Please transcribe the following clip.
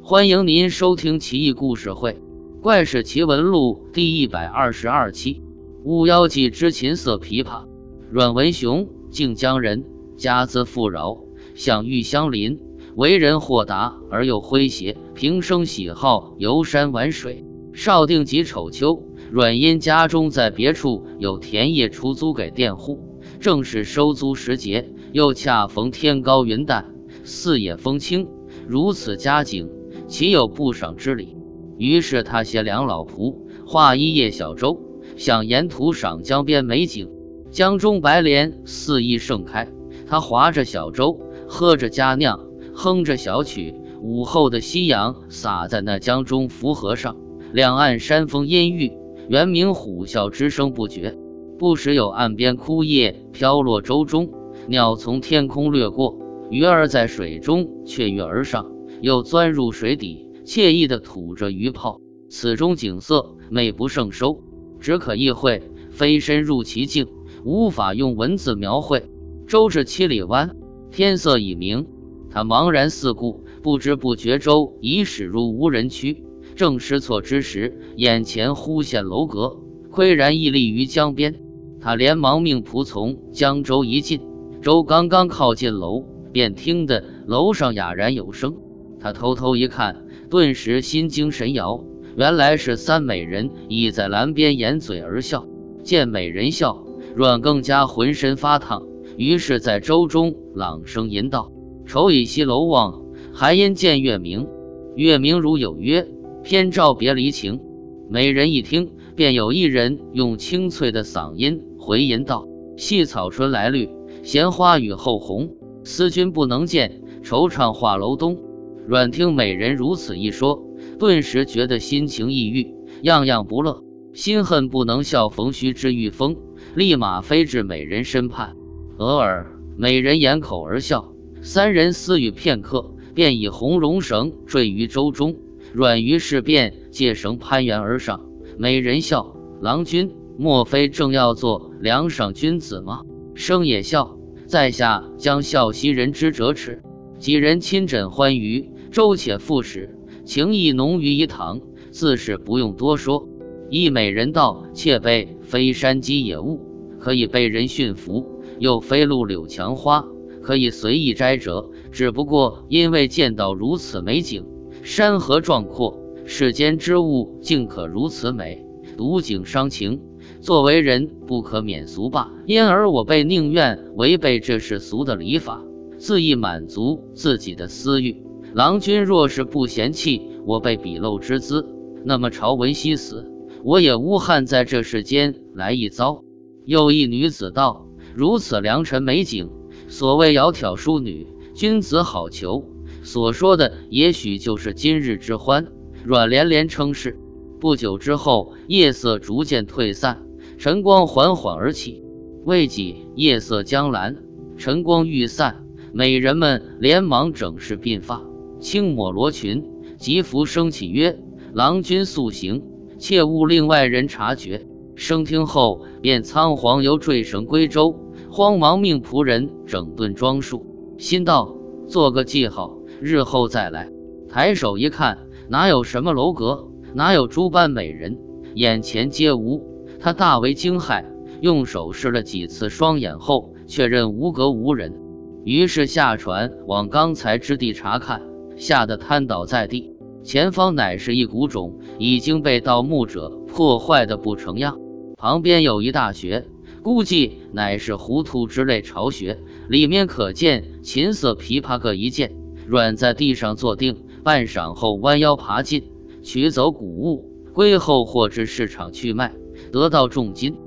欢迎您收听奇异故事会《怪事奇闻录》第122期。巫妖记之琴瑟琵琶。阮文雄，靖江人，家资富饶，享誉乡邻，为人豁达而又诙谐，平生喜好游山玩水。少定及丑秋，阮因家中在别处有田业出租给佃户，正是收租时节，又恰逢天高云淡，四野风清，如此佳景，岂有不赏之理？于是他携两老仆，划一叶小舟，想沿途赏江边美景。江中白莲肆意盛开，他划着小舟，喝着佳酿，哼着小曲，午后的夕阳洒在那江中浮河上，两岸山峰阴郁，猿鸣虎啸之声不绝，不时有岸边枯叶飘落舟中，鸟从天空掠过，鱼儿在水中雀跃而上，又钻入水底，惬意地吐着鱼泡。此中景色美不胜收，只可意会，非深入其境，无法用文字描绘。舟至7里湾，天色已明，他茫然四顾，不知不觉舟已驶入无人区。正失措之时，眼前忽现楼阁，岿然屹立于江边。他连忙命仆从将舟移近，舟刚刚靠近楼，便听得楼上哑然有声。他偷偷一看，顿时心惊神摇，原来是三美人倚在栏边掩嘴而笑。见美人笑，阮更加浑身发烫，于是在舟中朗声吟道：愁倚西楼望，还因见月明。月明如有约，偏照别离情。美人一听，便有一人用清脆的嗓音回吟道：细草春来绿，闲花雨后红。思君不能见，惆怅画楼东。阮听美人如此一说，顿时觉得心情抑郁，样样不乐，心恨不能笑逢须知玉峰，立马飞至美人身畔。偶尔美人掩口而笑，三人私语片刻，便以红绒绳坠于舟中。阮于是便借绳攀援而上。美人笑：郎君莫非正要做梁上君子吗？生也笑：在下将笑袭人之折尺。几人亲枕欢愉，舟且复驶，情意浓于一堂，自是不用多说。一美人道：妾辈非山鸡野物，可以被人驯服，又非路柳墙花，可以随意摘折，只不过因为见到如此美景，山河壮阔，世间之物竟可如此美，独景伤情，作为人不可免俗罢。因而我辈宁愿违背这世俗的礼法，恣意满足自己的私欲。郎君若是不嫌弃我辈鄙陋之姿，那么朝闻夕死，我也无憾在这世间来一遭。又一女子道：如此良辰美景，所谓窈窕淑女，君子好逑。所说的也许就是今日之欢。阮连连称是。不久之后，夜色逐渐退散，晨光缓缓而起。未几，夜色将蓝，晨光欲散，美人们连忙整饰鬓发，轻抹罗裙，急服升起曰：郎君速行，切勿令外人察觉。升听后，便仓皇由坠绳归舟，慌忙命仆人整顿装束，心道：做个记号，日后再来。抬手一看，哪有什么楼阁，哪有诸般美人，眼前皆无。他大为惊骇，用手试了几次双眼后，确认无阁无人，于是下船往刚才之地查看，吓得瘫倒在地。前方乃是一古冢，已经被盗墓者破坏得不成样。旁边有一大穴，估计乃是糊涂之类巢穴，里面可见琴瑟琵琶各一件。阮在地上坐定，半晌后弯腰爬进，取走古物，归后或至市场去卖，得到重金。